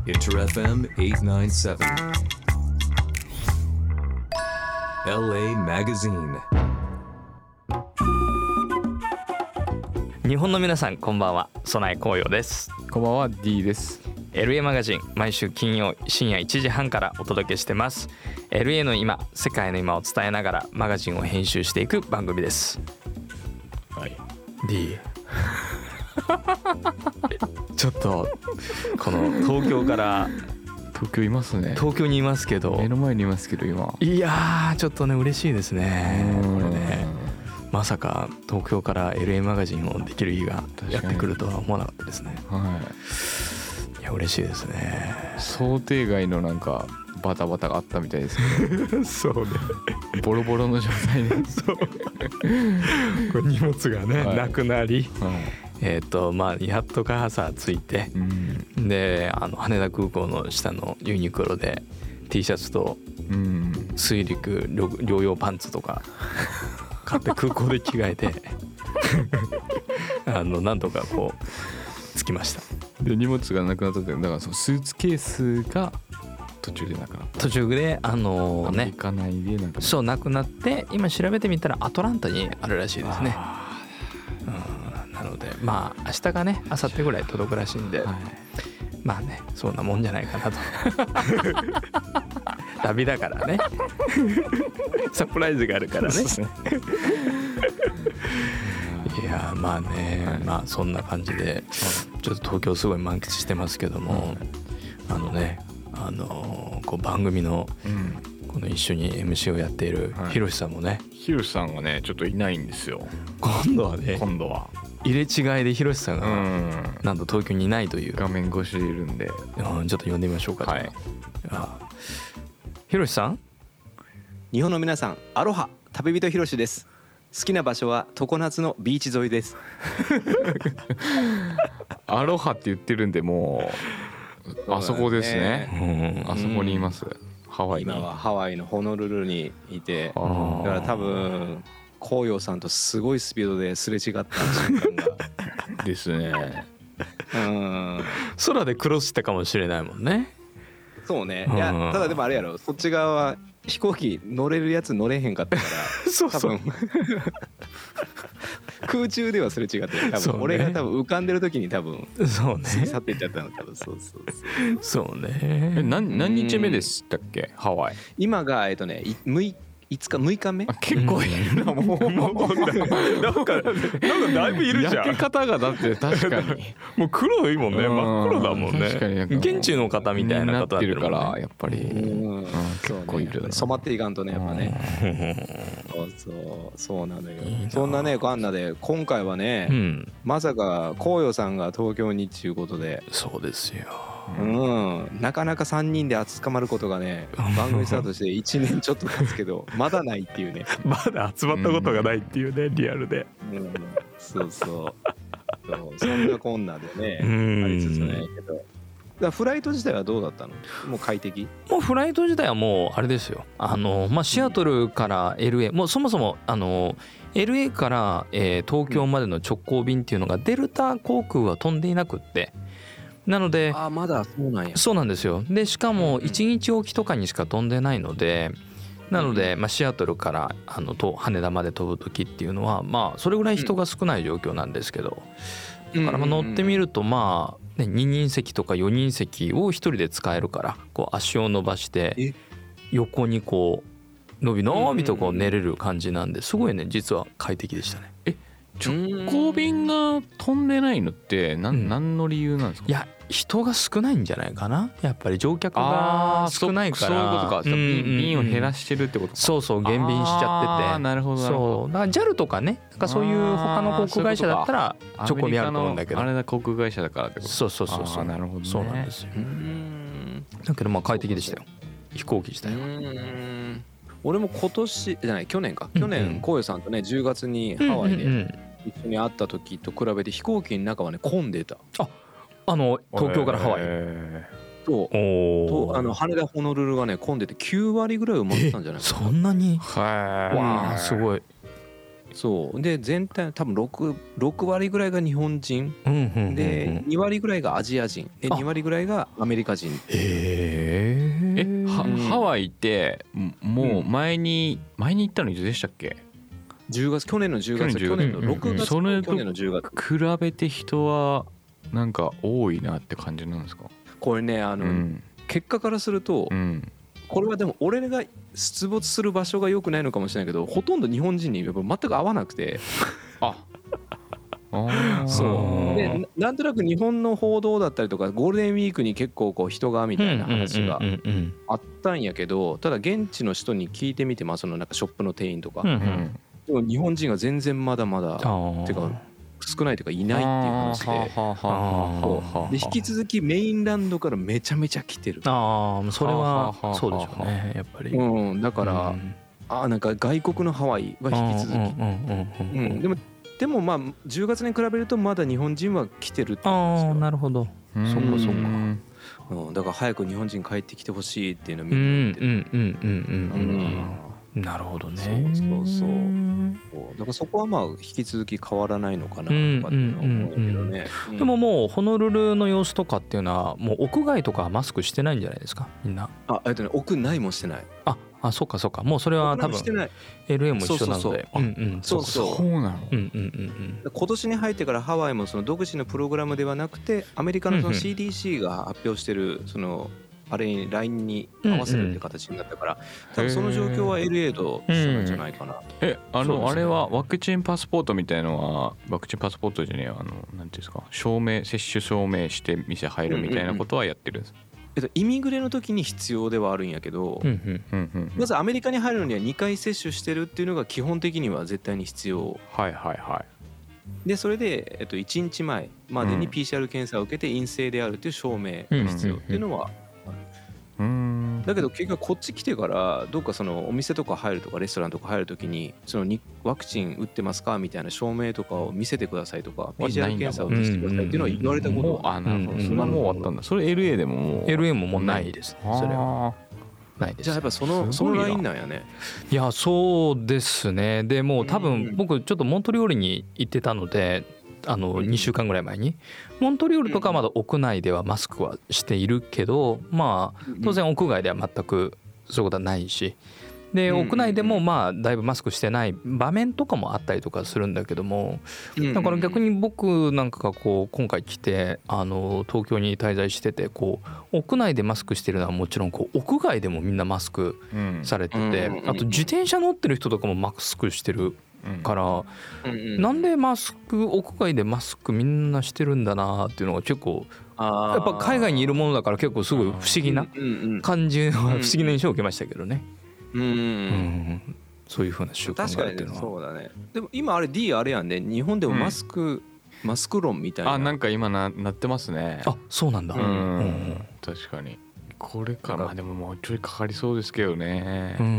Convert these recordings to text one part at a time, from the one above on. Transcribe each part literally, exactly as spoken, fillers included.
インターエフエムはちきゅうななな エルエー Magazine。 日本の皆さんこんばんは、備え紅葉です。 こんばんは D です。 エルエー マガジン毎週金曜深夜いちじはんからお届けしてます。 エルエー の今、世界の今を伝えながらマガジンを編集していく番組です。 はい D ちょっとこの東京から東京いますね。 東京にいますけど、 目の前にいますけど今。 いやーちょっとね嬉しいですね。 うんこれね、まさか東京から エルエー マガジンをできる日がやってくるとは思わなかったですね。 はい。 いや嬉しいですね。 想定外のなんかバタバタがあったみたいですけどそうね。 ボロボロの状態でそうこれ荷物がね、 はいなくなり、 はいえっとまあやっとか朝着いて、 うんであの羽田空港の下のユニクロで T シャツとうん水陸両用パンツとか買って空港で着替えてあのなんとかこう着きました。 で荷物がなくなったって、だからそのスーツケースが途中でなくなった。 途中であのアメリねカ内でなくなった。 そうなくなって、今調べてみたらアトランタにあるらしいですね。うん、なのでまあ明日かね明後日ぐらい届くらしいんで、 はい、 まあねそんなもんじゃないかなと旅だからねサプライズがあるからね。 そうですねいやまあね、はい、まあそんな感じでちょっと東京すごい満喫してますけども、うん、あのねあのこう番組のこの一緒に エムシー をやっているひろしさんもね、 ひろしさんがねちょっといないんですよ今度はね。 今度は入れ違いでひろしさんがうんなんと東京にいないという、 画面越しでいるんで、 うん、ちょっと呼んでみましょうか。 はい。 ひろしさん、 日本の皆さんアロハ、旅人ひろしです。好きな場所は常夏のビーチ沿いです。 アロハって言ってるんでもうあそこですね、うん、あそこにいます、うん、ハワイに。 今はハワイのホノルルにいて、だから多分紅葉さんとすごいスピードですれ違った瞬間がですね。 うん、 空でクロスしたかもしれないもんね。 そうね。いやただでもあれやろ、そっち側は飛行機乗れるやつ乗れへんかったからそうそう多分空中ではすれ違って、多分俺が多分浮かんでる時に多分そうね去っていっちゃったの多分。そうそうそうそうね。 え 何, 何日目でしたっけハワイ。 今がえっとねむいいつかむいかめ。 結構いるな、もうもうなんかなんかだいぶいるじゃん。 焼け方がだって確かにもう黒いもんね。真っ黒だもんね。 確かに現地の方みたいな方になってるからやっぱり、 うん、 結構いるな。 染まっていかんとねやっぱね。そうそうそうなのよ。そんなねこんなで今回はね、うん、まさか紅葉さんが東京にっていうことで。 そうですよ。 うん、なかなかさんにんで集まることがね番組スタートしていちねんちょっと経つけどまだないっていうね。 まだ集まったことがないっていうね、うん、リアルで、 うん、そうそうそうそんなこんなでねありつつねけど、だからフライト自体はどうだったの？もう快適？ もうフライト自体はもうあれですよ、あの、まあ、シアトルから エルエー、もうそもそもあの エルエー から、えー、東京までの直行便っていうのがデルタ航空は飛んでいなくって、なのであまだそうなんや。 そうなんですよ。でしかもいちにちおきとかにしか飛んでないので、なのでまあシアトルからあのと羽田まで飛ぶ時っていうのはまあそれぐらい人が少ない状況なんですけど、だからまあ乗ってみるとまあににん席とかよにん席をひとりで使えるから、こう足を伸ばして横にこう伸び伸びとこう寝れる感じなんで、すごいね実は快適でしたね。 え直行便が飛んでないのって何、うん、何の理由なんですか？ いや人が少ないんじゃないかな。やっぱり乗客が少ないから。 そういうことか、うんうんうん、便を減らしてるってことか。 そうそう減便しちゃってて。 あなるほどなるほど。 そうだから ジャル とかね、なんかそういう他の航空会社だったら直行便あると思うんだけど、 あれだ航空会社だからってこと。 そうそうそうそう。 なるほどね。 そうなんですよ。だけどまあ快適でしたよ、飛行機自体は。 うん俺も今年じゃない去年か、去年こうよさんとねじゅうがつにハワイで一緒に会った時と比べて飛行機の中はね混んでた。 ああの東京からハワイ、 えー、ととあの羽田ホノルルがね混んでてきゅうわりぐらい埋まってたんじゃないかな。 そんなに？わあすごい。 そうで全体多分 6, 6割ぐらいが日本人、 うんうんうんうん、 でに割ぐらいがアジア人でに割ぐらいがアメリカ人。 へえはハワイってもう前に、うん、前に行ったのいつでしたっけ？ じゅうがつ去年のじゅうがつ去年のろくがつ、 それ去年のじゅうがつ比べて人はなんか多いなって感じなんですか？ これねあの、うん、結果からすると、うん、これはでも俺が出没する場所が良くないのかもしれないけどほとんど日本人に全く合わなくてああそうでなんとなく日本の報道だったりとかゴールデンウィークに結構こう人がみたいな話があったんやけどただ現地の人に聞いてみてまあそのなんかショップの店員とか、うんうん、でも日本人が全然まだまだてか少ないというかいないっていう話でで引き続きメインランドからめちゃめちゃ来てる。 ああそれはそうでしょうねやっぱり、 うん、だから、うん、あなんか外国のハワイは引き続きでもでもまあじゅうがつに比べるとまだ日本人は来てるってことですよ。 ああなるほどそっかそっか、 うん、だから早く日本人帰ってきてほしいっていうのをみんな言ってる。 うんうんうんうんうんなるほどね。 そうそうそうだからそこはまあ引き続き変わらないのかなとかっていうのは思うけどね。 でももうホノルルの様子とかっていうのはもう屋外とかはマスクしてないんじゃないですかみんな。 あえっとね屋内もしてない。 ああそうかそうかもうそれは多分 エルエー も一緒なのでそうそうそうなの。 うんうんうん今年に入ってからハワイもその独自のプログラムではなくてアメリカのその シーディーシー が発表してるそのあれに ライン に合わせるって形になったから、多分その状況は エルエー と一緒なんじゃないかな。 えあのあれはワクチンパスポートみたいのはワクチンパスポートじゃねえあのなんていうんですか証明接種証明して店入るみたいなことはやってるんです。 えっと、イミグレの時に必要ではあるんやけど、まずアメリカに入るのにはにかい接種してるっていうのが基本的には絶対に必要。 はいはいはい。 でそれで、えっと、いちにちまえまでに ピーシーアール 検査を受けて陰性であるっていう証明が必要っていうのは、うん、だけど結局こっち来てからどっかそのお店とか入るとかレストランとか入るときにそのにワクチン打ってますかみたいな証明とかを見せてくださいとか ピーシーアール 検査をしてくださいっていうのは言われたことはあなるほどそれはもう終わったんだ。それ エルエー でももうエルエー ももうないですねそれはないです。 じゃあやっぱそのそのラインなんやね。 いやそうですね。でもう多分僕ちょっとモントリオールに行ってたのであのにしゅうかんぐらい前にモントリオールとかまだ屋内ではマスクはしているけどまあ当然屋外では全くそういうことはないしで屋内でもまあだいぶマスクしてない場面とかもあったりとかするんだけどもだから逆に僕なんかがこう今回来てあの東京に滞在しててこう屋内でマスクしてるのはもちろんこう屋外でもみんなマスクされててあと自転車乗ってる人とかもマスクしてるからなんでマスク屋外でマスクみんなしてるんだなっていうのが結構やっぱ海外にいるものだから結構すごい不思議な感じの不思議な印象を受けましたけどね。うんうん、そういう風な習慣があるっていうのは確かにそうだね。でも今あれ D あれやんね日本でもマスク、うん、マスク論みたいなあなんか今 な, なってますね。 あそうなんだ、うんうん、 確かにこれからまあでももうちょいかかりそうですけどね、うん、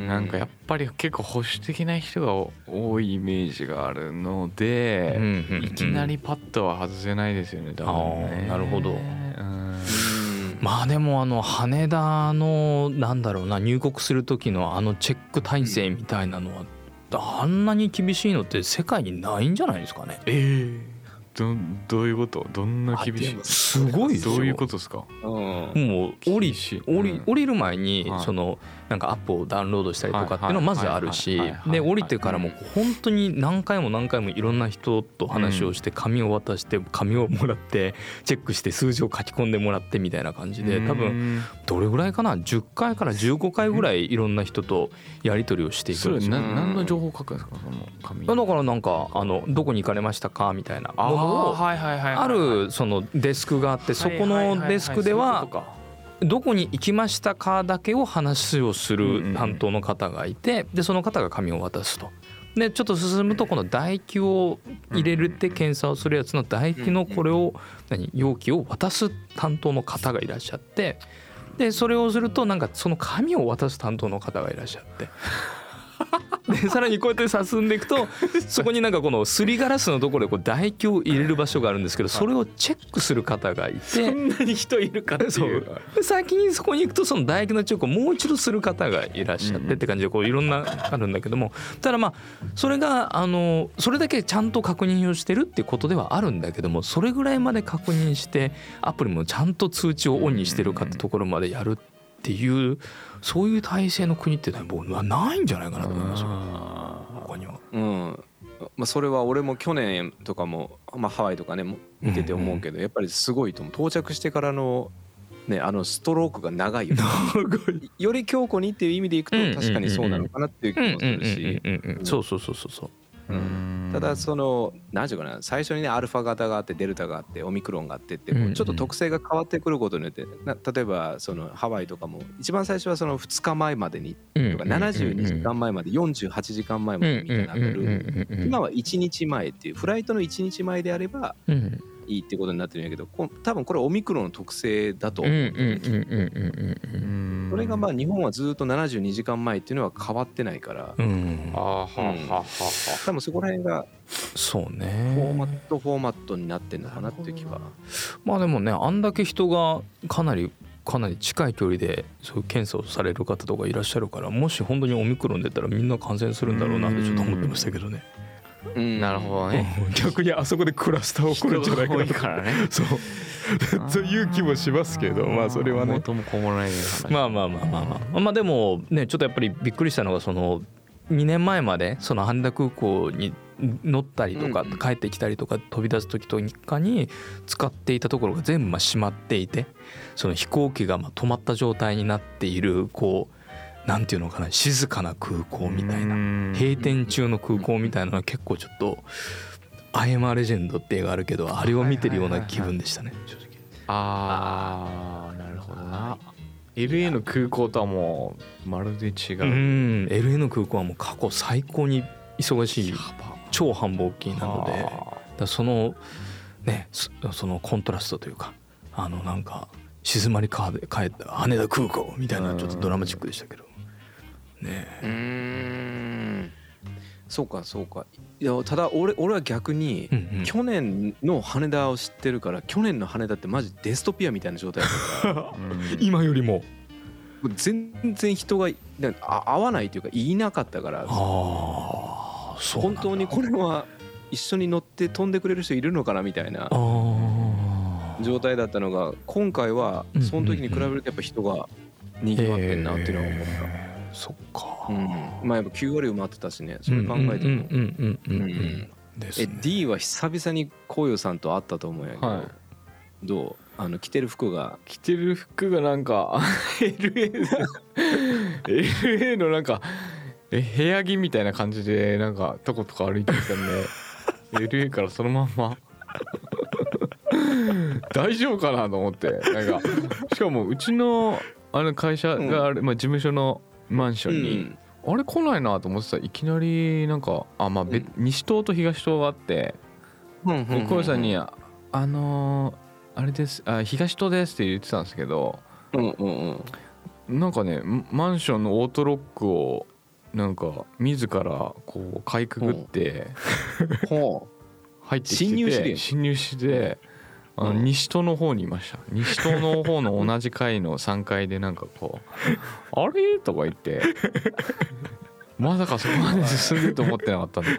なんかやっぱり結構保守的な人が多いイメージがあるので、うんうんうん、いきなりパッとは外せないですよね多分ね。 あなるほど、うんまあでもあの羽田のなんだろうな入国する時のあのチェック体制みたいなのはあんなに厳しいのって世界にないんじゃないですかね。 えー、ど, どういうことどんな厳しいすごいですよ。 どういうことですか。 うん、もう降り降り降りる前にそのなんかアップをダウンロードしたりとかっていうのまずあるしで降りてからも本当に何回も何回もいろんな人と話をして紙を渡して紙をもらってチェックして数字を書き込んでもらってみたいな感じで多分どれぐらいかなじゅっかいからじゅうごかいぐらいいろんな人とやり取りをしていくんですよ。 それ何の情報を書くんですかその紙。 だからなんかあのどこに行かれましたかみたいなものをあるそのデスクがあってそこのデスクではどこに行きましたかだけを話をする担当の方がいてでその方が紙を渡すと。でちょっと進むとこの唾液を入れるって検査をするやつの唾液のこれを何容器を渡す担当の方がいらっしゃってでそれをするとなんかその紙を渡す担当の方がいらっしゃってでさらにこうやって進んでいくとそこになんかこのすりガラスのところでこう唾液を入れる場所があるんですけど、それをチェックする方がいて、 そんなに人いるかっていう。 そうで先にそこに行くとその唾液のチェックをもう一度する方がいらっしゃってって感じでこういろんなあるんだけども、ただまあそれがあのそれだけちゃんと確認をしてるっていうことではあるんだけども、それぐらいまで確認してアプリもちゃんと通知をオンにしてるかってところまでやるっていう、そういう体制の国ってもうないんじゃないかなと思いますよ他には。 うんまあ、それは俺も去年とかも、まあ、ハワイとかね見てて思うけど、やっぱりすごいと思う。到着してからのね、あのストロークが長いよね。より強固にっていう意味でいくと確かにそうなのかなっていう気もするし、 そうそうそうそうそう。 うん、ただその何て言うかな、最初にねアルファ型があってデルタがあってオミクロンがあってってちょっと特性が変わってくることによってな、例えばそのハワイとかも一番最初はそのふつかまえまでにとかななじゅうにじかんまえまでよんじゅうはちじかんまえまでみたいなルール、今はいちにちまえっていうフライトのいちにちまえであればいいってことになってるんやけど、多分これオミクロンの特性だと思う。それがまあ日本はずっとななじゅうにじかんまえっていうのは変わってないから、うん、あははは多分そこら辺がそうねフォーマットフォーマットになってんのかなっていう気は。 まあでもね、あんだけ人がかなりかなり近い距離でそういう検査をされる方とかいらっしゃるから、もし本当にオミクロン出たらみんな感染するんだろうなってちょっと思ってましたけどね。 うん、なるほどね。 逆にあそこでクラスター起こるんじゃないかなとからね。 そうという気もしますけど、まあそれはね。 元も子もない話。 まあまあまあまあまあまあでもね、ちょっとやっぱりびっくりしたのが、そのにねんまえまでその羽田空港に乗ったりとか帰ってきたりとか飛び出す時とかに使っていたところが全部まあ閉まっていて、その飛行機がまあ止まった状態になっている、こうなんていうのかな、静かな空港みたいな、閉店中の空港みたいなのは結構ちょっとアイエムアレジェンドって映画あるけど、あれを見てるような気分でしたね、正直。 ああ、なるほどな。エルエー の空港とはもうまるで違う。 うん、エルエー の空港はもう過去最高に忙しい超繁忙期なので、だそのね、そのコントラストというか、あのなんか静まり返った羽田空港みたいなちょっとドラマチックでしたけどね。 うーん、そうかそうか。いやただ俺俺は逆に去年の羽田を知ってるから、去年の羽田ってマジデストピアみたいな状態だったから今よりも全然人が合わないというかいなかったから、あそう本当にこれは一緒に乗って飛んでくれる人いるのかなみたいな状態だったのが、今回はその時に比べるとやっぱ人がにぎわってんなっていうのは思った。 えー、そっか、 うん、まあやっぱきゅうわり埋まってたしね、それ考えても。え D は久々にこうよさんと会ったと思うんやけど、はい、どうあの着てる服が着てる服がなんかエルエー エルエー のなんかえ部屋着みたいな感じでなんかとことか歩いてたんでエルエー からそのまんま大丈夫かなと思って、なんかしかもうちのあの会社がある、まあ、事務所のマンションに、うん、あれ来ないなと思ってたらいきなりなんかあまあ、うん、西棟と東棟があって、小林さんにあのー、あれですあ東棟ですって言ってたんですけど、うんうんうん、なんかねマンションのオートロックをなんか自らこうかいくぐって入ってきて侵入して侵入してあの西棟の方にいました。西棟の方の同じ階のさんがいでなんかこうあれとか言ってまさかそこまで進んでると思ってなかったんで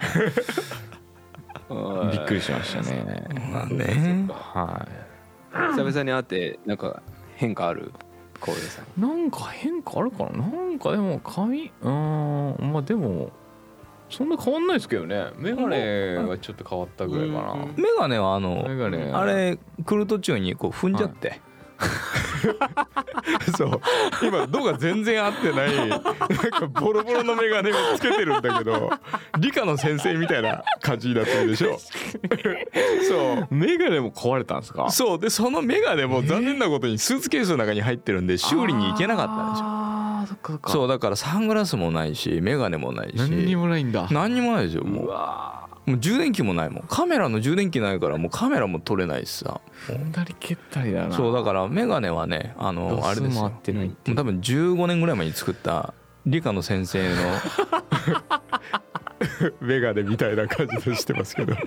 びっくりしましたね。 まあね、 はい。 久々に会ってなんか変化ある？小出さん。 なんか変化あるかな。なんかでも髪うーんまあでもそんな変わんないですけどね。メガネがちょっと変わったぐらいかな。 メガネはあのあれ来る途中にこう踏んじゃって、はい、そう今度が全然合ってないなんかボロボロのメガネをつけてるんだけど理科の先生みたいな感じになってるでしょそうメガネも壊れたんですか。 そうでそのメガネも残念なことにスーツケースの中に入ってるんで修理に行けなかったんですよ。 あそっかそっか。 そうだからサングラスもないしメガネもないし何にもないんだ。 何にもないですよ。もううわもう充電器もないもん。カメラの充電器ないからもうカメラも撮れないしさ。 踏んだり蹴ったりだな。 そうだからメガネはねあのあれですよ。多分じゅうごねんぐらい前に作った理科の先生のメガネみたいな感じでしてますけど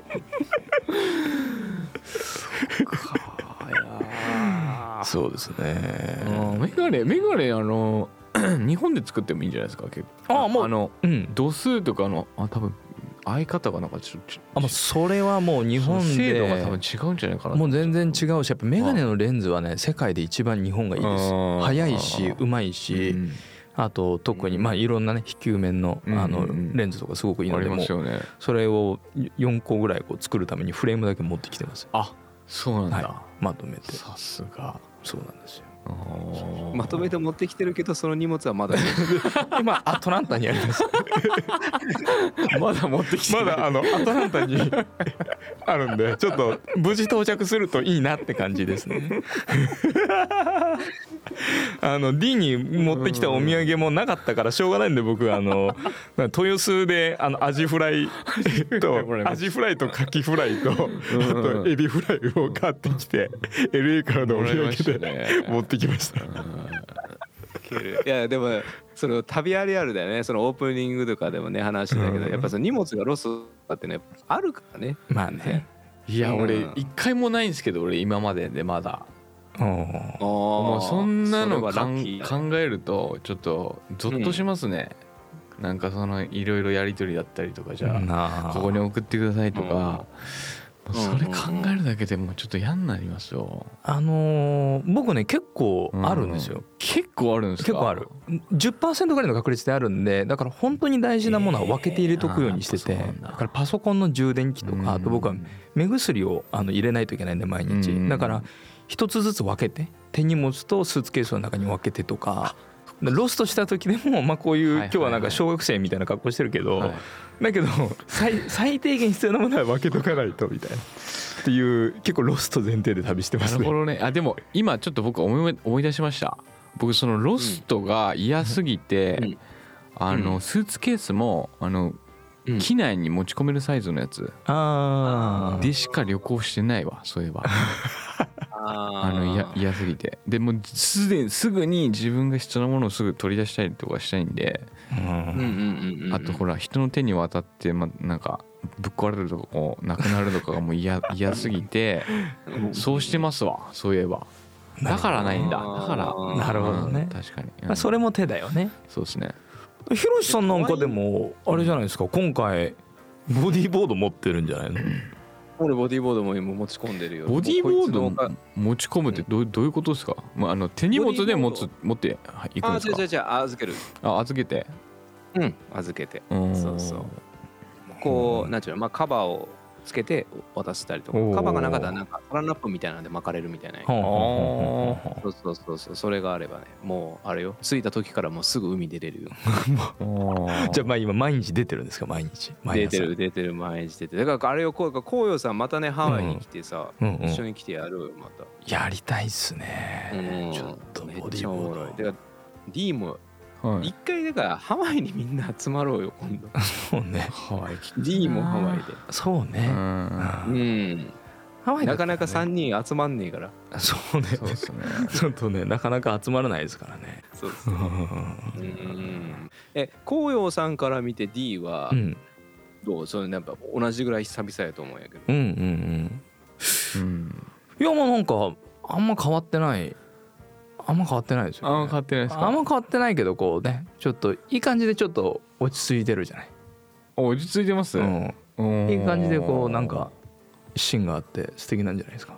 そうですね。 メガネメガネあの日本で作ってもいいんじゃないですか。結構あもうあの、 うん、 度数とかのあ多分相方がなんかちょっとあもうそれはもう日本で精度が多分違うんじゃないかな。 もう全然違うし、やっぱメガネのレンズはね世界で一番日本がいいです。早いしうまいし、うん、あと特にまあいろんなね非球面のあのレンズとかすごくいいので、もそれをよんこぐらいこう作るためにフレームだけ持ってきてます。 あそうなんだ、 はい、まとめて。 さすが。 そうなんですよ。 まとめて持ってきてるけどその荷物はまだ今アトランタにありますまだ持ってきてまだあのアトランタにあるんで、ちょっと無事到着するといいなって感じですねあの D に持ってきたお土産もなかったからしょうがないんで、僕あの豊洲であのアジフライとアジフライとカキフライとあとエビフライを買ってきて エルエー からのお土産で持ってきました。 いやでもその旅ありあるだよね。そのオープニングとかでもね話したけど、やっぱその荷物がロスだってねあるからね。 まあね。 いや俺一回もないんですけど、俺今まででまだ。もうそんなの考えるとちょっとゾッとしますね。なんかそのいろいろやり取りだったりとか、じゃあここに送ってくださいとか。それ考えるだけでもちょっと嫌になりますよ。 あのー、僕ね結構あるんですよ、うん、 結構あるんですか。 結構ある じゅっパーセント ぐらいの確率であるんで、だから本当に大事なものは分けて入れとくようにしてて、えー、だからパソコンの充電器とか、あと僕は目薬をあの入れないといけないんで毎日、だから一つずつ分けて手荷物とスーツケースの中に分けてとか、ロストした時でもまあこういう今日はなんか小学生みたいな格好してるけど、だけど最最低限必要なものは分けとかないとみたいなっていう結構ロスト前提で旅してますね。 なるほどね。あでも今ちょっと僕思い思い出しました。僕そのロストが嫌すぎて、うん、あのスーツケースもあの機内に持ち込めるサイズのやつでしか旅行してないわ。そういえばあのいや嫌すぎて、でもすでにすぐに自分が必要なものをすぐ取り出したりとかしたいんで、あとほら人の手に渡ってまなんかぶっ壊れるとかこうなくなるとかがもう嫌嫌すぎてそうしてますわ。そういえばだからないんだ。だからなるほどね、 うん、確かに、 まあ、それも手だよね。 そうですね。 ひろしさんなんかでもあれじゃないですか、今回ボディーボード持ってるんじゃないの。 俺ボディーボードも今持ち込んでるよ。 ボディーボード持ち込むってどう、どういうことですか。まあ、あの手荷物で持つ持っていくんですか。 あ、じゃじゃ預ける。 あ、預けて。 うん、預けて。そうそう。こうなんていうの、まあカバーをつけて渡したりとか、カバーがなかったらなんかサランラップみたいなんで巻かれるみたいな。そうそうそうそう、それがあればね、もうあれよ、着いた時からもうすぐ海出れるよ。 じゃあまあ今毎日出てるんですか。毎日出てる出てる毎日出てる。だからあれをこうこうよさんまたねハワイに来てさ、一緒に来てやるよまた。 やりたいっすね。ちょっとボディーボード。 だから D も一回だからハワイにみんな集まろうよ今度。 そうね。 ハワイ D もハワイで。 そうね。うん。 ハワイなかなかさんにん集まんねえから。 そうね。そうですね。ちょっとねなかなか集まらないですからね。 そうですね。うん。え、紅葉さんから見て D はどう？それやっぱ同じぐらい久々やと思うんやけど。 うんうんうん。うん。いやもうなんかあんま変わってない。あんま変わってないですよ、ね。 あんま変わってないですか。 あんま変わってないけどこうねちょっといい感じでちょっと落ち着いてるじゃない。 落ち着いてます。うん。 いい感じでこうなんか芯があって素敵なんじゃないですか。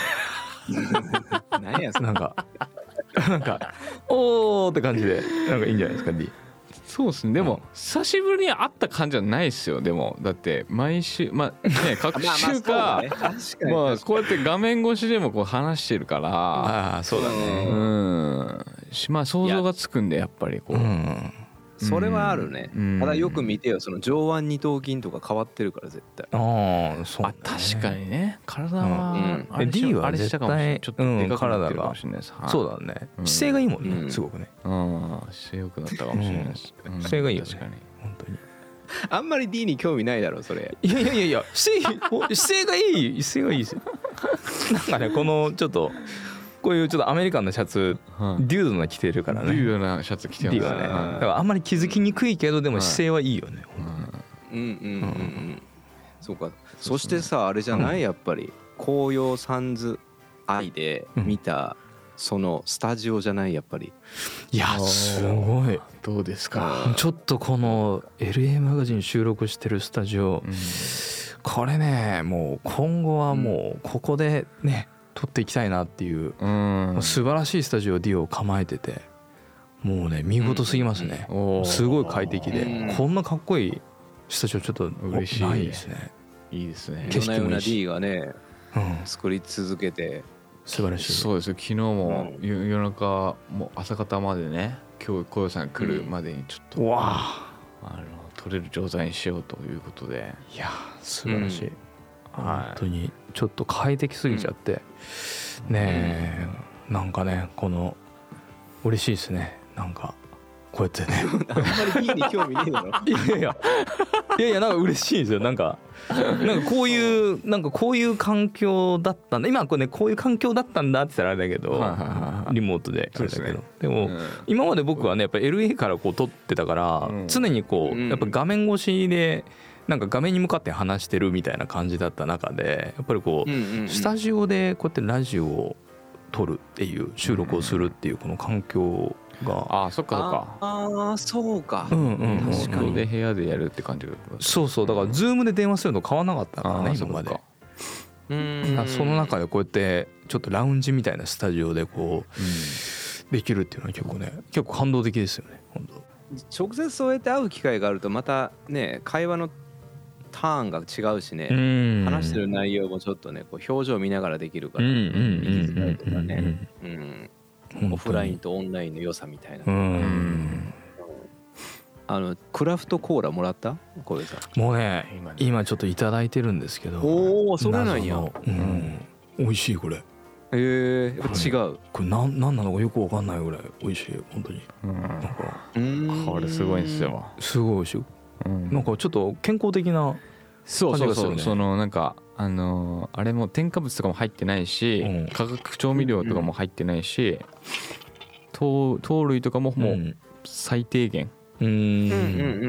何やそれ。 なんかなんかおーって感じでなんかいいんじゃないですか D。 そうですね。でも、うん、久しぶりに会った感じはないですよ。でもだって毎週まあね各週かまあこうやって画面越しでもこう話してるから。 ああそうだね。 うんまあ想像がつくんでやっぱりこう、うん、 それはあるね、うん、ただよく見てよその上腕二頭筋とか変わってるから絶対。 ああそう、ね、 あ確かにね。体は、 うん、D は絶対ちょっとでかくなってるかもしれないです、うん、そうだね、うん、姿勢がいいもんね、うん、すごくね。 ああ姿勢良くなったかもしれないです、 うん、姿勢がいいよね確かに本当に。 あんまり D に興味ないだろそれ。 いやいやいやいや姿勢姿勢がいい姿勢がいいですよ。なんかねこのちょっとこういうちょっとアメリカンなシャツ、 はい、 デュードな着てるからね。 デュードなシャツ着てますね。 ね、だからあんまり気づきにくいけどでも姿勢はいいよね。 うんうんうんうん。そうか。そしてさあれじゃない、やっぱり紅葉サンズ愛で見たそのスタジオじゃないやっぱり。 いやすごい。 どうですか。 ちょっとこの エルエー マガジン収録してるスタジオ、うん、これねもう今後はもうここでね撮っていきたいなっていう、うん、素晴らしいスタジオ ディオ を構えててもうね見事すぎますね、うん、すごい快適で、うん、こんなかっこいいスタジオちょっと嬉しいないですね。 いいですね。 景色もいいし D がね、うん、作り続けて素晴らしい。 そうですよ。昨日も夜中もう朝方までね今日小夜さん来るまでにちょっと、うん、わあの撮れる状態にしようということで。 いや素晴らしい、うん、本当にちょっと快適すぎちゃって、うん、ねえ、うん、なんかねこの嬉しいですね。なんかこうやってねあんまり D に興味ねえだろいやいやいやいやなんか嬉しいんですよ。なんかなんかこういうなんかこういう環境だったんだ今これねこういう環境だったんだって言ったらあれだけどリモートであれだけどでも今まで僕はねやっぱ エルエー からこう撮ってたから常にこうやっぱ画面越しでなんか画面に向かって話してるみたいな感じだった中でやっぱりこうスタジオでこうやってラジオを撮るっていう収録をするっていうこの環境がああそっかそっかああそうか、 うんうん、 確かにで部屋でやるって感じだった。 そうそうだからズームで電話するの変わらなかったからね今まで。うんその中でこうやってちょっとラウンジみたいなスタジオでこうできるっていうのは結構ね結構感動的ですよね本当。直接そうやって会う機会があるとまたね会話のターンが違うしね話してる内容もちょっとねこう表情見ながらできるから行きづらいとかねオフラインとオンラインの良さみたいな。うんあのクラフトコーラもらった小出さん。もうね今ちょっといただいてるんですけど。 おおそれなんや。 うん美味しいこれ。 へえやっぱ違う。 これなんなんなのかよくわかんないぐらい美味しい本当に。なんかこれすごいんですよ。 すごい美味しい。なんかちょっと健康的なそうそうそうそのなんかあのー、あれも添加物とかも入ってないし、うん、化学調味料とかも入ってないし、糖、糖類とかももう最低限、うん、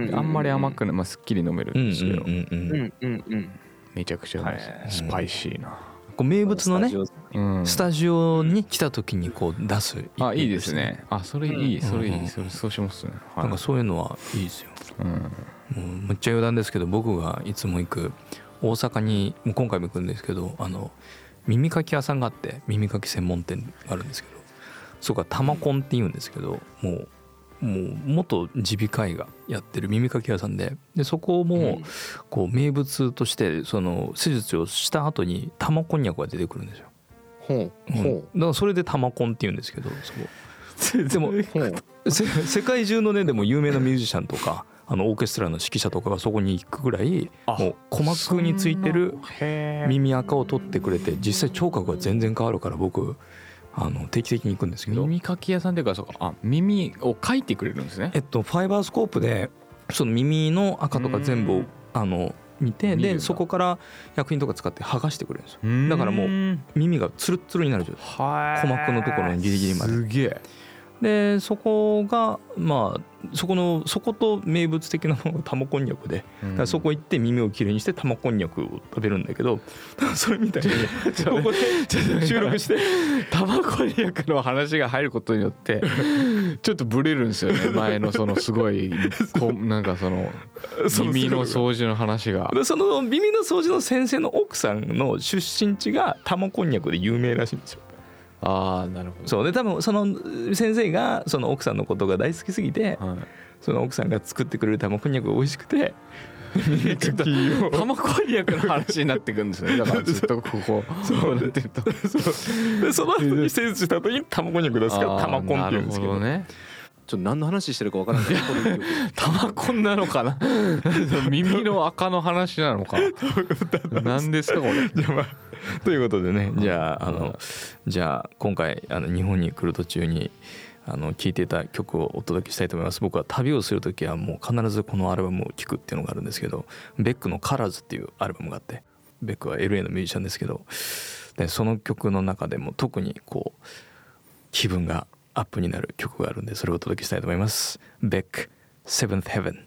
あんまり甘くない、まあ、すっきり飲めるんですけどめちゃくちゃうまいですね。スパイシーなこう名物のねスタジオに来た時にこう出す、ね、 あいいですね。あそれいいそれいいそれそうしますね、 はい、なんかそういうのはいいですよ、うん、もうむっちゃ余談ですけど僕がいつも行く大阪にもう今回も行くんですけどあの耳かき屋さんがあって耳かき専門店があるんですけどそこはタマコンって言うんですけどもうもう元耳鼻科医がやってる耳かき屋さんででそこもこう名物としてその施術をした後に玉こんにゃくが出てくるんですよ。ほうほう、うん、だからそれで玉こんって言うんですけどそうでも世界中のねでも有名なミュージシャンとかあのオーケストラの指揮者とかがそこに行くぐらいもう鼓膜についてる耳垢を取ってくれて実際聴覚が全然変わるから僕あの定期的に行くんですけど耳かき屋さんというかそうかあ耳をかいてくれるんですね。 えっとファイバースコープでその耳の垢とか全部あの見てでそこから薬品とか使って剥がしてくれるんですよ。だからもう耳がツルッツルになる状態鼓膜のところのギリギリまで。 すげえ。 でそこがまあそこのそこと名物的なのが玉こんにゃくで、だからそこ行って耳をきれいにして玉こんにゃくを食べるんだけどそれみたいにここで収録して玉こんにゃくの話が入ることによってちょっとブレるんですよね。前のそのすごいこなんかその耳の掃除の話がその耳の掃除の先生の奥さんの出身地が玉こんにゃくで有名らしいんですよ。 ああなるほど。 そうで多分その先生がその奥さんのことが大好きすぎて、はい、その奥さんが作ってくれる玉こんにゃくが美味しくて玉こんにゃくの話になってくるんですね。だからずっとここそうなってるとそうでその後に施術した後に玉こんにゃく出すから玉こんって言うんですけど、 どね、 ちょっと何の話してるか分からない玉こんなのかな耳の垢の話なのか何ですかこれじゃあ、まあ、ということでねじゃああのじゃあ今回あの日本に来る途中にあの聴いていた曲をお届けしたいと思います。僕は旅をするときはもう必ずこのアルバムを聴くっていうのがあるんですけどベックのカラーズっていうアルバムがあってベックは エルエー のミュージシャンですけどでその曲の中でも特にこう気分がアップになる曲があるんで、それをお届けしたいと思います。ベック Seventh Heaven。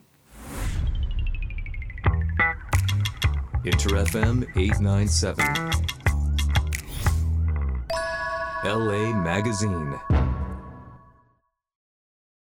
Inter エフエム エイトナインセブン エルエー Magazine